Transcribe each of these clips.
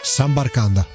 Sambarcanda.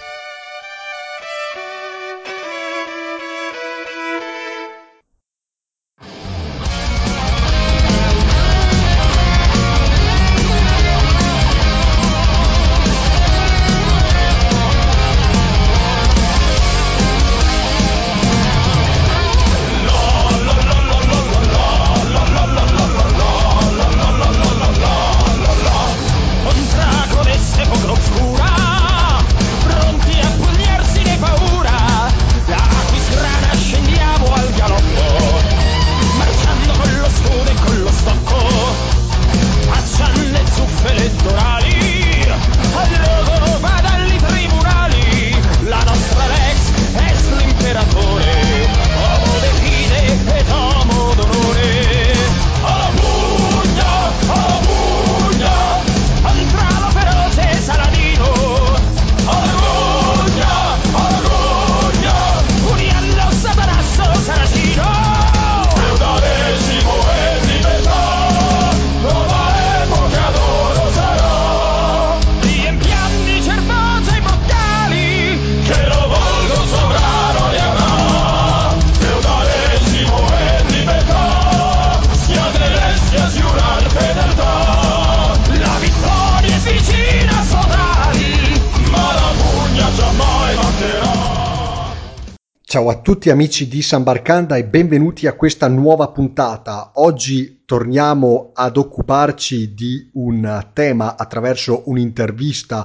Ciao a tutti amici di Sambarcanda e benvenuti a questa nuova puntata. Oggi torniamo ad occuparci di un tema attraverso un'intervista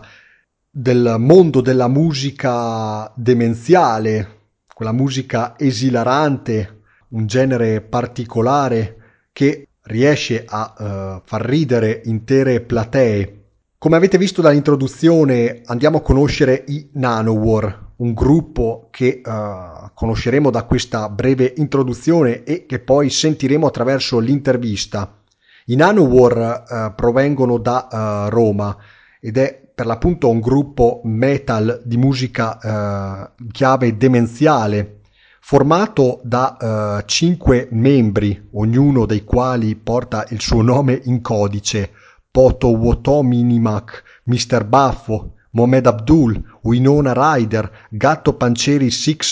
del mondo della musica demenziale, quella musica esilarante, un genere particolare che riesce a far ridere intere platee. Come avete visto dall'introduzione, andiamo a conoscere i Nanowar, un gruppo che conosceremo da questa breve introduzione e che poi sentiremo attraverso l'intervista. I Nanowar provengono da Roma ed è per l'appunto un gruppo metal di musica in chiave demenziale, formato da 5 membri, ognuno dei quali porta il suo nome in codice: Poto Wotominimac, Mr. Baffo, Mohamed Abdul, Winona Ryder, Gatto Pancieri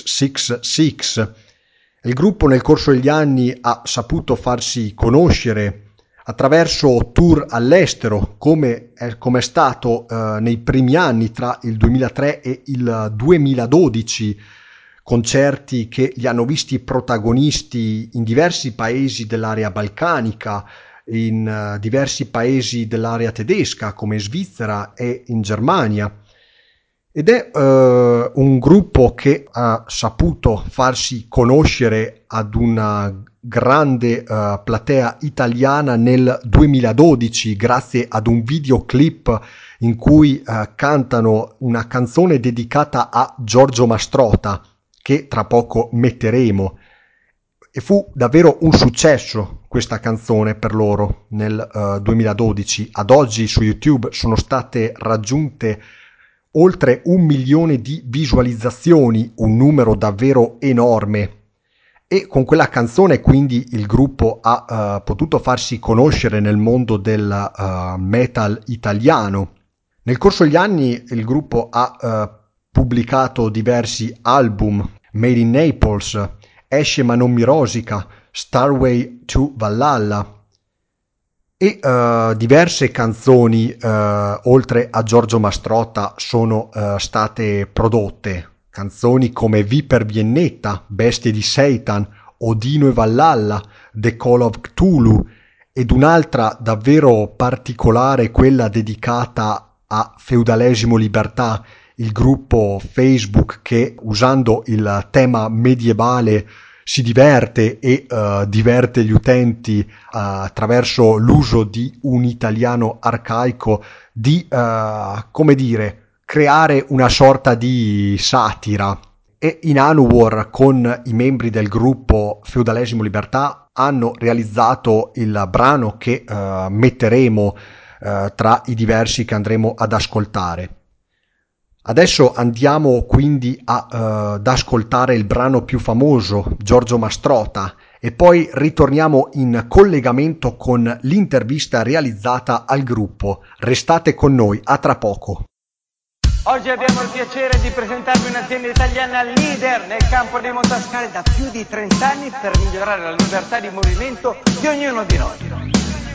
666. Il gruppo nel corso degli anni ha saputo farsi conoscere attraverso tour all'estero, come è stato nei primi anni tra il 2003 e il 2012, concerti che li hanno visti protagonisti in diversi paesi dell'area balcanica, in diversi paesi dell'area tedesca come Svizzera e in Germania, ed è un gruppo che ha saputo farsi conoscere ad una grande platea italiana nel 2012 grazie ad un videoclip in cui cantano una canzone dedicata a Giorgio Mastrota, che tra poco metteremo. E fu davvero un successo questa canzone per loro nel 2012. Ad oggi su YouTube sono state raggiunte oltre 1 milione di visualizzazioni, un numero davvero enorme. E con quella canzone quindi il gruppo ha potuto farsi conoscere nel mondo del metal italiano. Nel corso degli anni il gruppo ha pubblicato diversi album: Made in Naples, Esce ma non mi rosica, Starway to Valhalla, e diverse canzoni oltre a Giorgio Mastrota sono state prodotte. Canzoni come Viper Viennetta, Bestie di Satan, Odino e Valhalla, The Call of Cthulhu, ed un'altra davvero particolare, quella dedicata a Feudalesimo Libertà, il gruppo Facebook che, usando il tema medievale, si diverte e diverte gli utenti attraverso l'uso di un italiano arcaico, di come dire, creare una sorta di satira. E i Nanowar, con i membri del gruppo Feudalesimo Libertà, hanno realizzato il brano che metteremo tra i diversi che andremo ad ascoltare. Adesso andiamo quindi ad ascoltare il brano più famoso, Giorgio Mastrota, e poi ritorniamo in collegamento con l'intervista realizzata al gruppo. Restate con noi, a tra poco. Oggi abbiamo il piacere di presentarvi un'azienda italiana leader nel campo dei montascale da più di 30 anni per migliorare la libertà di movimento di ognuno di noi.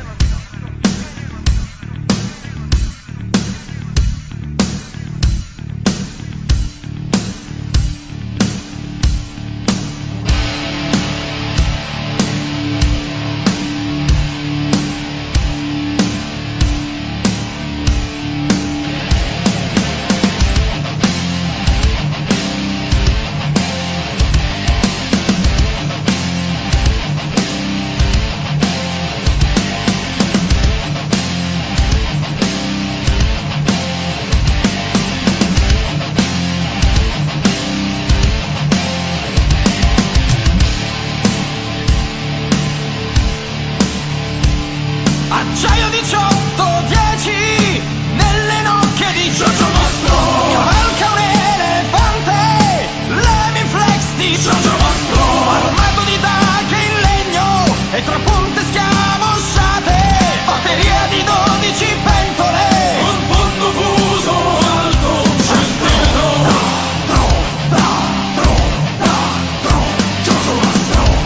Acciaio 1810 nelle nocche di Giorgio Mastro, cavalca un elefante, l'Emiflex di Giorgio Mastro, armato di taghe in legno e tre punte schiamosciate, batteria di 12 pentole, un fondo fuso alto, centimetro. Giorgio Mastro.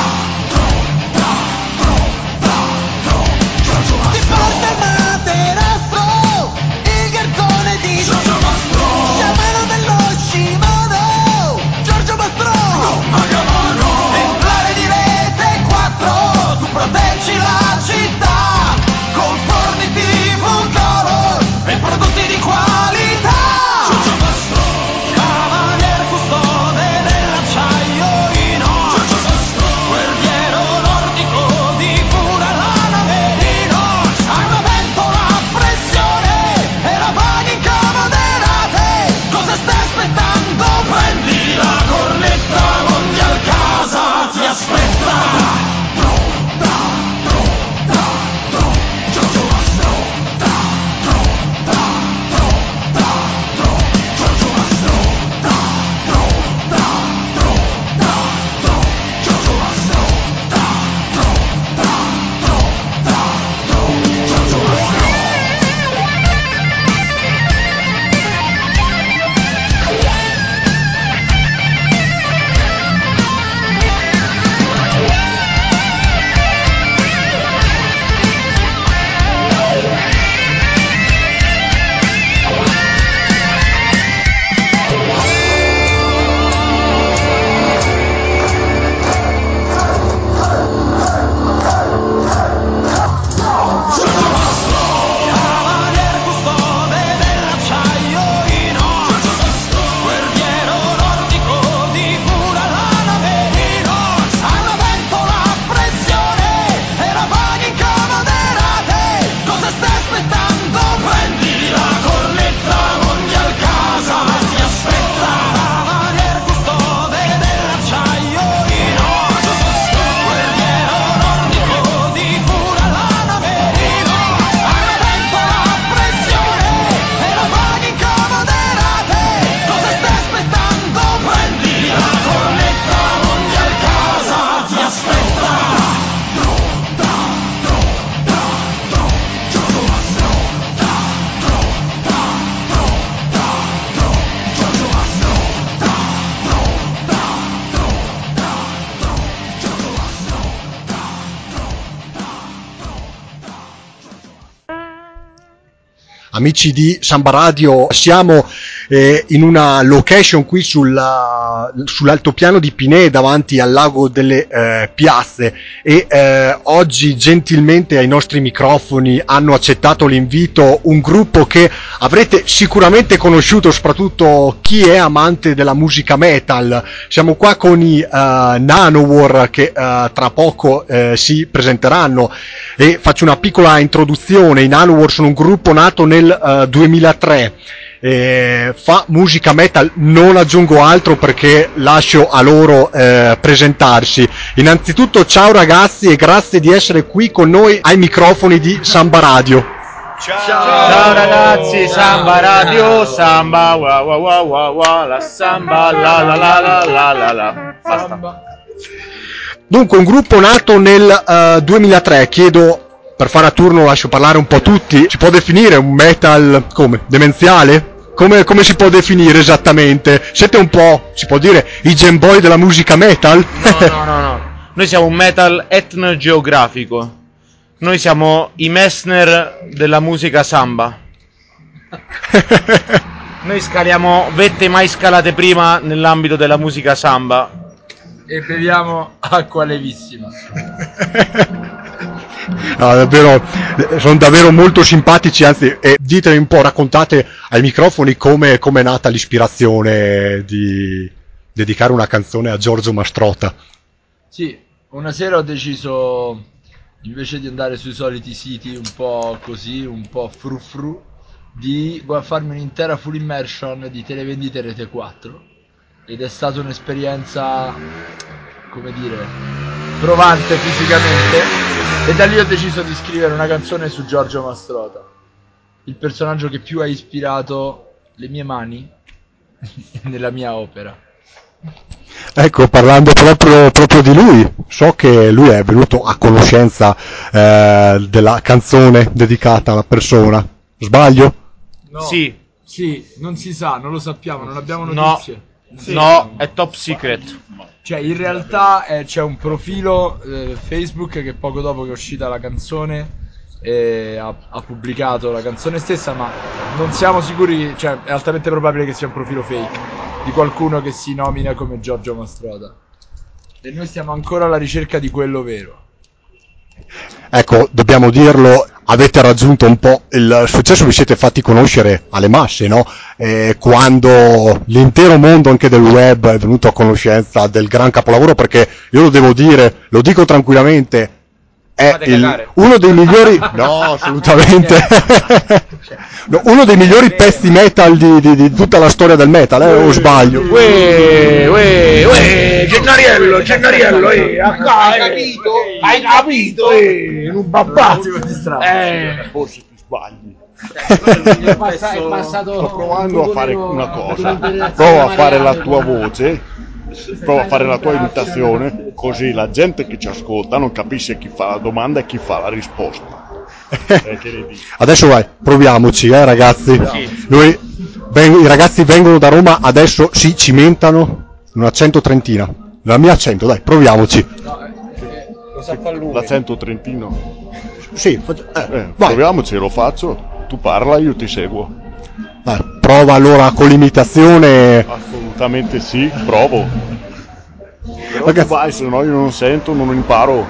Ti porta il materasso, il garzone di Giorgio Mastro, sciamano dello Shimano, Giorgio Mastro, esemplare di rete 4, tu proteggi la città, con forni TV color e prodotti di qualità. Giorgio Mastro, cavalier custode dell'acciaio inox, Giorgio Mastro, guerriero nordico di pura lana merino. Hanno vento la pressione e la panica moderate. Cosa stai aspettando? Prendi la cornetta, Mondial casa ti aspetta. Giorgio Mastro. Giorgio Mastro. Giorgio Mastro. Cavalier custode dell'acciaio inox, guerriero nordico di pura lana merino. Hanno vento la pressione e la panica moderate. Cosa stai aspettando? Prendi la cornetta, Mondial casa ti aspetta. Cavalier custode dell'acciaio inox, guerriero nordico di pura lana merino. Hanno vento la pressione e la panica moderate. Cosa stai aspettando? Prendi la cornetta, Mondial casa ti aspetta. Giorgio Mastro. Giorgio Mastro. Amici di Samba Radio, siamo in una location qui sull'altopiano di Pinè davanti al lago delle Piazze e oggi gentilmente ai nostri microfoni hanno accettato l'invito un gruppo che avrete sicuramente conosciuto, soprattutto chi è amante della musica metal. Siamo qua con i Nanowar che tra poco si presenteranno e faccio una piccola introduzione. I Nanowar sono un gruppo nato nel 2003, fa musica metal, non aggiungo altro perché lascio a loro presentarsi. Innanzitutto ciao ragazzi e grazie di essere qui con noi ai microfoni di Samba Radio. Ciao ragazzi, Samba Radio, Samba, wa wa wa wa wa, la Samba, la la la la la la la. Basta. Dunque, un gruppo nato nel 2003, chiedo, per fare a turno lascio parlare un po' tutti, si può definire un metal come? Demenziale? come si può definire esattamente? Siete un po', si può dire, i Gen Boy della musica metal? No. Noi siamo un metal etnogeografico. Noi siamo i Messner della musica samba. Noi scaliamo vette mai scalate prima nell'ambito della musica samba. E beviamo acqua levissima. No, davvero, sono davvero molto simpatici, anzi, e ditemi un po', raccontate ai microfoni come è nata l'ispirazione di dedicare una canzone a Giorgio Mastrota. Sì, una sera ho deciso, invece di andare sui soliti siti un po' così, un po' frufru, di farmi un'intera full immersion di televendite Rete 4, ed è stata un'esperienza, come dire, provante fisicamente, e da lì ho deciso di scrivere una canzone su Giorgio Mastrota, il personaggio che più ha ispirato le mie mani nella mia opera. Ecco, parlando proprio di lui, so che lui è venuto a conoscenza della canzone dedicata alla persona, sbaglio? No, Sì. sì, non si sa, non lo sappiamo, non abbiamo notizie. No, è top secret. Cioè, in realtà c'è un profilo Facebook che poco dopo che è uscita la canzone ha pubblicato la canzone stessa, ma non siamo sicuri, cioè è altamente probabile che sia un profilo fake di qualcuno che si nomina come Giorgio Mastrota. E noi stiamo ancora alla ricerca di quello vero. Ecco, dobbiamo dirlo, avete raggiunto un po' il successo, vi siete fatti conoscere alle masse, no? Quando l'intero mondo anche del web è venuto a conoscenza del gran capolavoro, perché io lo devo dire, lo dico tranquillamente, è uno dei migliori, no, assolutamente, no, uno dei migliori pezzi metal di tutta la storia del metal, o sbaglio? Gennariello, hai capito, Un babbazzo Forse ti sbagli. Sto provando a fare una cosa. Prova a fare la tua voce, prova a fare la tua imitazione, così la gente che ci ascolta non capisce chi fa la domanda e chi fa la risposta. Che ne dici? Adesso vai, proviamoci, ragazzi. I ragazzi vengono da Roma, adesso si cimentano in un accento trentina. La mia accento, dai, proviamoci. Lo sa fare lui. L'accento trentino. Sì, vai. Proviamoci, lo faccio. Tu parla, io ti seguo. Dai, prova allora con l'imitazione. Assolutamente sì, provo. Però Ragazzi, vai, se no io non sento, non imparo.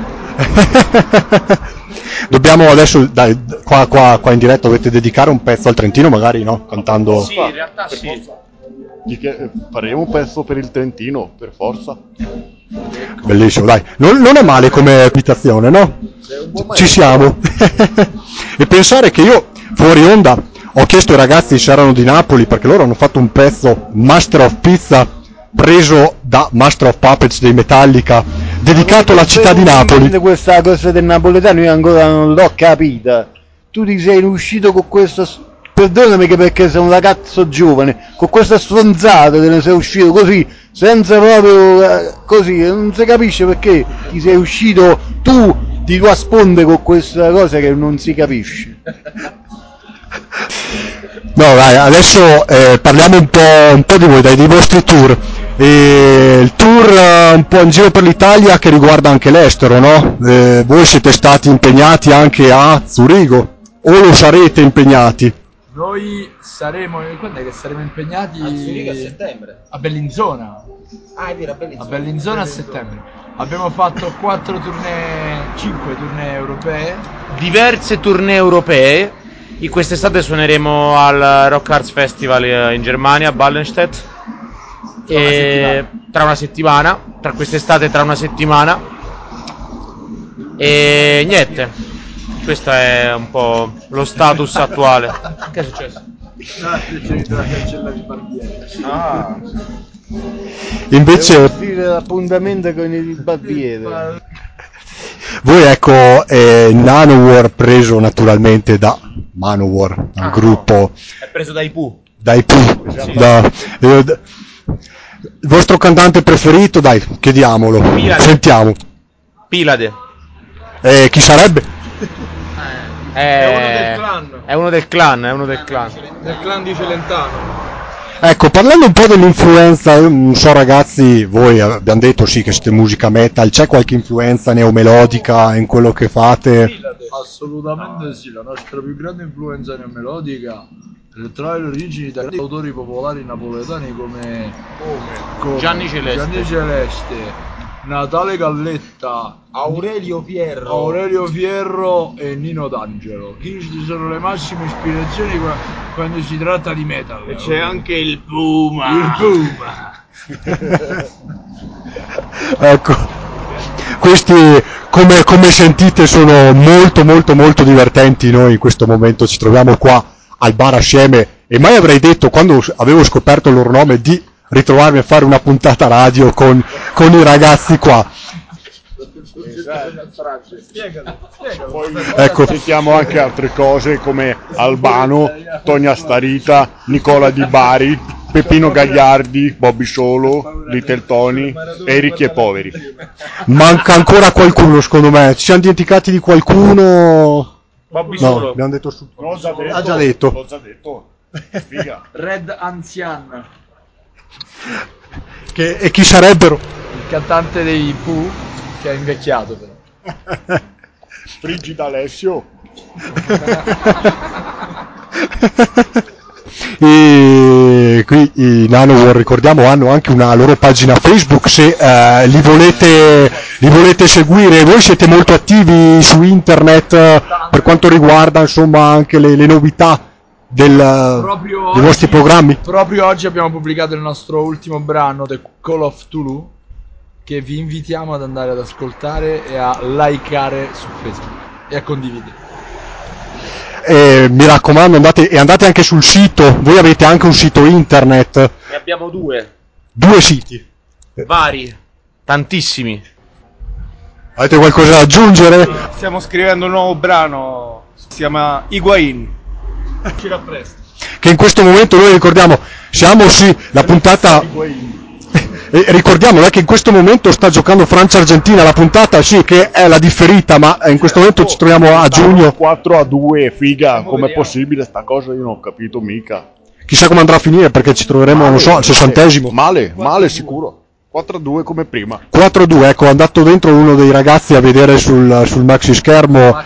dobbiamo adesso, dai, qua in diretta dovete dedicare un pezzo al Trentino, magari, no? Cantando. Sì, in realtà sì. Faremo un pezzo per il Trentino, per forza. Bellissimo, dai. Non è male come imitazione, no? Ci siamo. E pensare che io, fuori onda, ho chiesto ai ragazzi se erano di Napoli, perché loro hanno fatto un pezzo Master of Pizza preso da Master of Puppets dei Metallica, dedicato alla città di Napoli. Questa cosa del napoletano io ancora non l'ho capita. Tu ti sei uscito con questa, perdonami che perché sei un ragazzo giovane, con questa stronzata te ne sei uscito così, senza proprio così, non si capisce perché ti sei uscito tu di tua sponde con questa cosa che non si capisce. No, dai, adesso parliamo un po' di voi, dei vostri tour. Il tour un po' in giro per l'Italia che riguarda anche l'estero, no? Voi siete stati impegnati anche a Zurigo, o lo sarete impegnati? Noi saremo, quando è che saremo impegnati? A Zurigo a settembre. A Bellinzona. Ah, è vero, a Bellinzona. A Bellinzona a settembre. Abbiamo fatto 5 tournée europee. Diverse tournée europee. Quest'estate suoneremo al Rock Arts Festival in Germania, a Ballenstedt. Tra una settimana. Tra quest'estate e tra una settimana. E niente. Questo è un po' lo status attuale. Che è successo? Ah. Invece L'appuntamento con il barbiere. voi, ecco, Nanowar, preso naturalmente da Manowar, un gruppo È preso dai Pooh. dai Pooh, il vostro cantante preferito, dai, chiediamolo, Pilade. sentiamo. Pilade. Chi sarebbe? È uno del clan, Del clan di Celentano. Ecco, parlando un po' dell'influenza, non so ragazzi, voi abbiamo detto sì che siete musica metal, c'è qualche influenza neomelodica in quello che fate? Assolutamente sì, la nostra più grande influenza neomelodica trae le origini dagli autori popolari napoletani come Gianni Celeste, Natale Galletta, Aurelio Fierro e Nino D'Angelo. Chi ci sono le massime ispirazioni quando si tratta di metal. E c'è anche il Puma. Ecco, questi come sentite sono molto divertenti. Noi in questo momento ci troviamo qua al bar assieme e mai avrei detto, quando avevo scoperto il loro nome, di ritrovarmi a fare una puntata radio con i ragazzi qua. Poi Ecco. sentiamo anche altre cose come Albano, Tonia Starita, Nicola Di Bari, Peppino Gagliardi, Bobby Solo, Little Tony e i Ricchi e Poveri. Manca ancora qualcuno secondo me, ci siamo dimenticati di qualcuno? Bobby No, Solo. abbiamo detto su. L'ho già detto. Ha già detto. L'ho già detto. Figa. Red Anzian, E chi sarebbero? il cantante dei Pooh, che è invecchiato però. Frigida Alessio. E qui i Nanowar, ricordiamo, hanno anche una loro pagina Facebook, se li volete seguire. Voi siete molto attivi su internet per quanto riguarda insomma anche le novità dei vostri programmi? Proprio oggi abbiamo pubblicato il nostro ultimo brano, The Call of Tulu, che vi invitiamo ad andare ad ascoltare e a likeare su Facebook e a condividere. Mi raccomando, andate anche sul sito. Voi avete anche un sito internet? Ne abbiamo due Siti vari, tantissimi. Avete qualcosa da aggiungere? Stiamo scrivendo un nuovo brano, si chiama Higuain. Uscirà presto. Che in questo momento noi ricordiamo, siamo sì, la puntata. E ricordiamo che in questo momento sta giocando Francia-Argentina, la puntata sì che è la differita, ma in questo momento ci troviamo a giugno. 4-2, figa, com'è possibile sta cosa? Io non ho capito mica. Chissà come andrà a finire, perché ci troveremo, non so, al 60esimo. Male sicuro. 4-2 come prima. 4-2, ecco, è andato dentro uno dei ragazzi a vedere sul maxi schermo.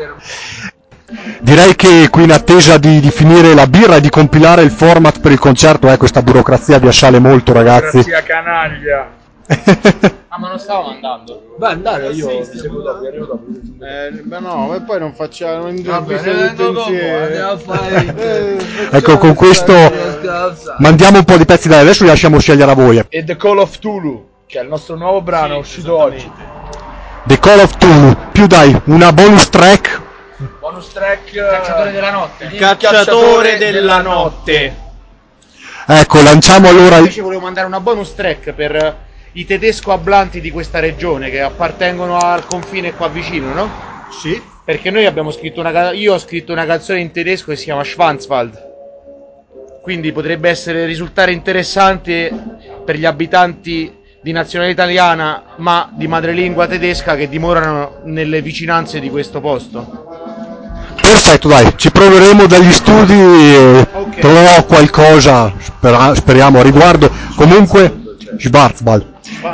Direi che qui in attesa di finire la birra e di compilare il format per il concerto, questa burocrazia vi assale molto ragazzi. Burocrazia canaglia. Ma non stavamo andando. Vai andare, io ti seguo dopo, arrivo dopo. Ma no, e poi non facciamo Ecco, con questo mandiamo un po' di pezzi da adesso, li lasciamo scegliere a voi. E The Call of Tulu, che è il nostro nuovo brano, è uscito oggi. The Call of Tulu, più dai, una bonus track. Bonus track, Cacciatore della notte. Il cacciatore della notte. Ecco, lanciamo allora Invece volevo mandare una bonus track per i tedesco ablanti di questa regione che appartengono al confine qua vicino, no? Sì. Perché noi abbiamo scritto io ho scritto una canzone in tedesco che si chiama Schwanzwald. Quindi potrebbe risultare interessante per gli abitanti di nazionalità italiana ma di madrelingua tedesca che dimorano nelle vicinanze di questo posto. Perfetto, dai, ci proveremo dagli studi e troverò qualcosa, speriamo a riguardo. Comunque Schwarzwald.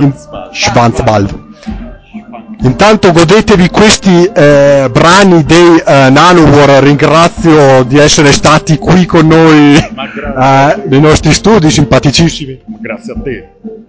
Intanto godetevi questi brani dei Nanowar. Ringrazio di essere stati qui con noi nei nostri studi, simpaticissimi. Grazie a te.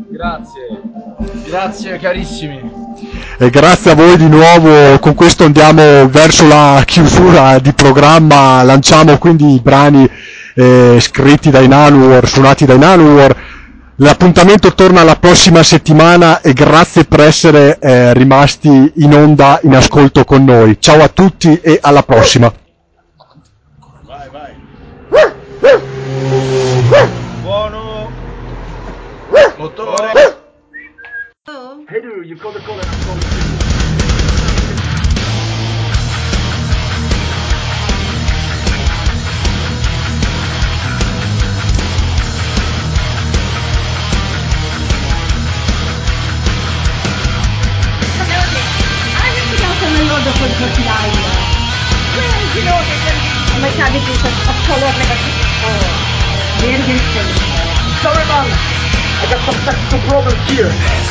Grazie carissimi. E grazie a voi di nuovo. Con questo andiamo verso la chiusura di programma. Lanciamo quindi i brani scritti dai Nanowar, suonati dai Nanowar. L'appuntamento torna la prossima settimana e grazie per essere rimasti in onda, in ascolto con noi. Ciao a tutti e alla prossima. Buono. Motore. Hey dude, you called the call and I'm calling you. Adesso andiamo con il lord fuori cortilaio. my cabbages of color never before. Very good. Sorry, man. I got some technical problems here.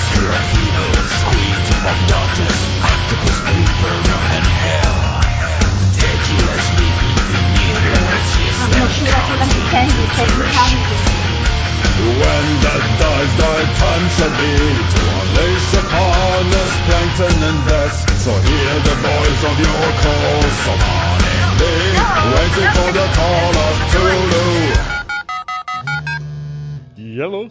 I'm not sure I can understand you, technicality. When death dies, thy time shall be to unleash upon us plankton and death. So hear the voice of your call, summoning thee, waiting for the call of Tulu. Yellow?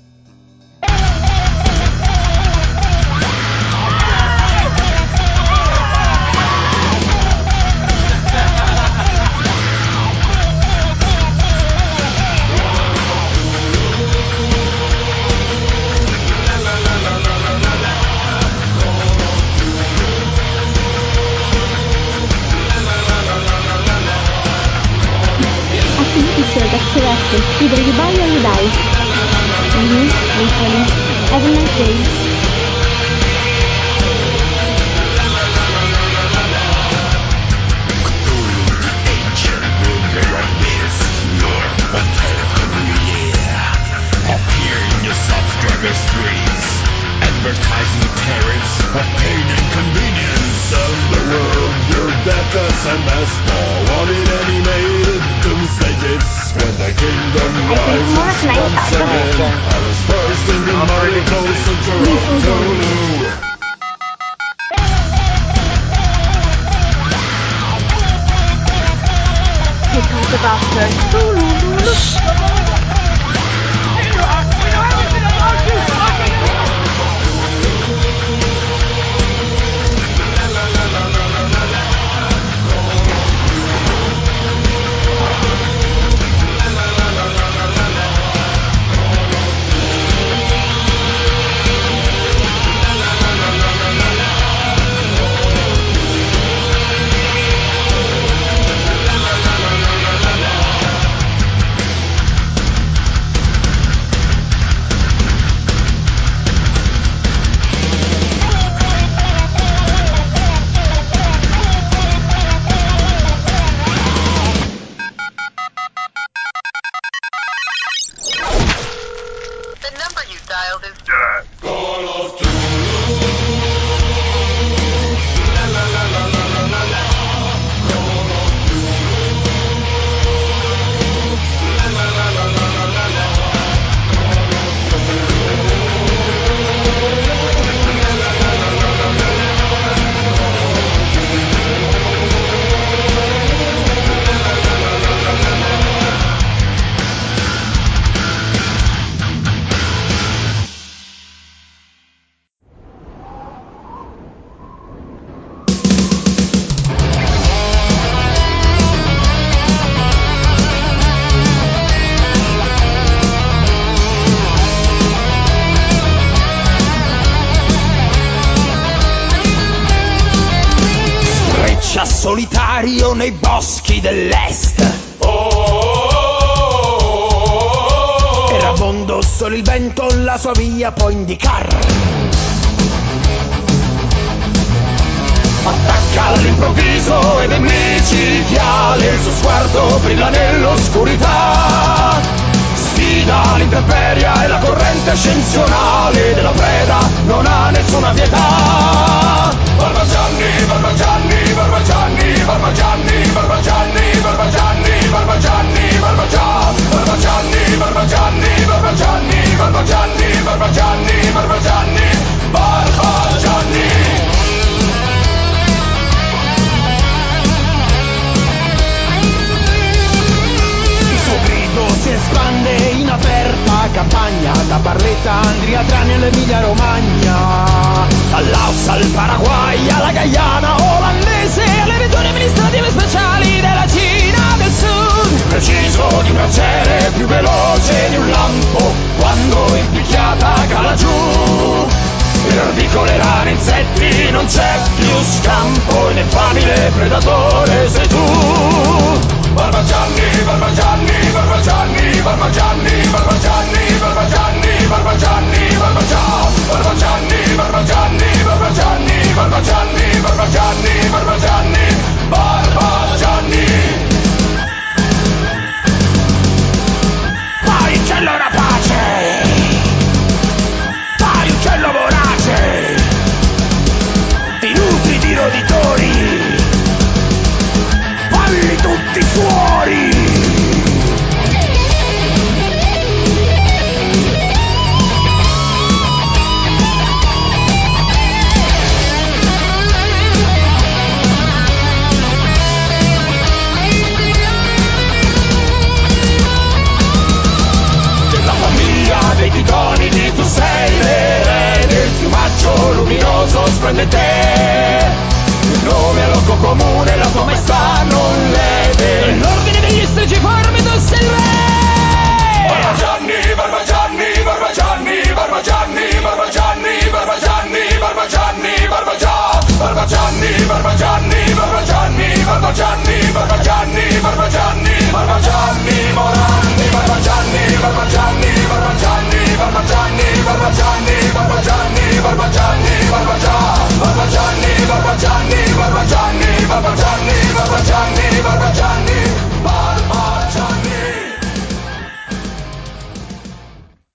That's correct. Either you buy or you die. Literally. Have a nice day. Advertising tariffs of pain and convenience of the world. Your death SMS forwarded animated doomsday gifts. When the kingdom rises once again, Alice burst in the marital center of Tulu. Here comes the bastard. Solitario nei boschi dell'est. Erabondo solo il vento la sua via può indicar. Attacca all'improvviso ed è micidiale, il suo sguardo brilla nell'oscurità. Sfida l'intemperia e la corrente ascensionale della preda, non ha nessuna pietà. Barbagianni, Barbagianni, Barbagianni, Barbagianni, Barbagianni, Barbagianni, Barbagianni, Barbagianni, Barbagianni, Barbagianni, Barbagianni, Barbagianni, Barbagianni, Barbagianni, Barbagianni. Il suo grido si espande in aperta campagna, da Barletta, Andria, Trani all'Emilia Romagna, dall'Aus al Paraguay alla Guyana olandese, alle regioni amministrative speciali della Cina del Sud. Più preciso di un arciere, più veloce di un lampo, quando in picchiata cala giù. Per ardicole, rane, insetti non c'è più scampo, ineffabile predatore sei tu. Barbagianni, Barbagianni, Barbagianni, Barbagianni, Barbagianni, Barbagianni, Barbagianni, Barbagianni, Barbagianni, Barbagianni, Barbagianni, Barbagianni, Barbagianni, Barbagianni, Barbagianni, tutti fuori! Dei titronidi tu sei l'erede, il piumaggio luminoso splende te. Il nome è loco comune, la tua maestà non lede. L'ordine degli stregiformi tu sei il re. Barbagianni, Barbagianni, Barbagianni, Barbagianni, Barbagianni, Barbagianni, Barbagianni, Barbagianni, Barbagianni, Barbagianni, Barbagianni, Barbagianni, Barbagianni, Barbagianni, Morandi, Barbagianni, Barbagianni, Barbagianni, Barbagianni, Barbagianni, Barbagianni, Barbagianni.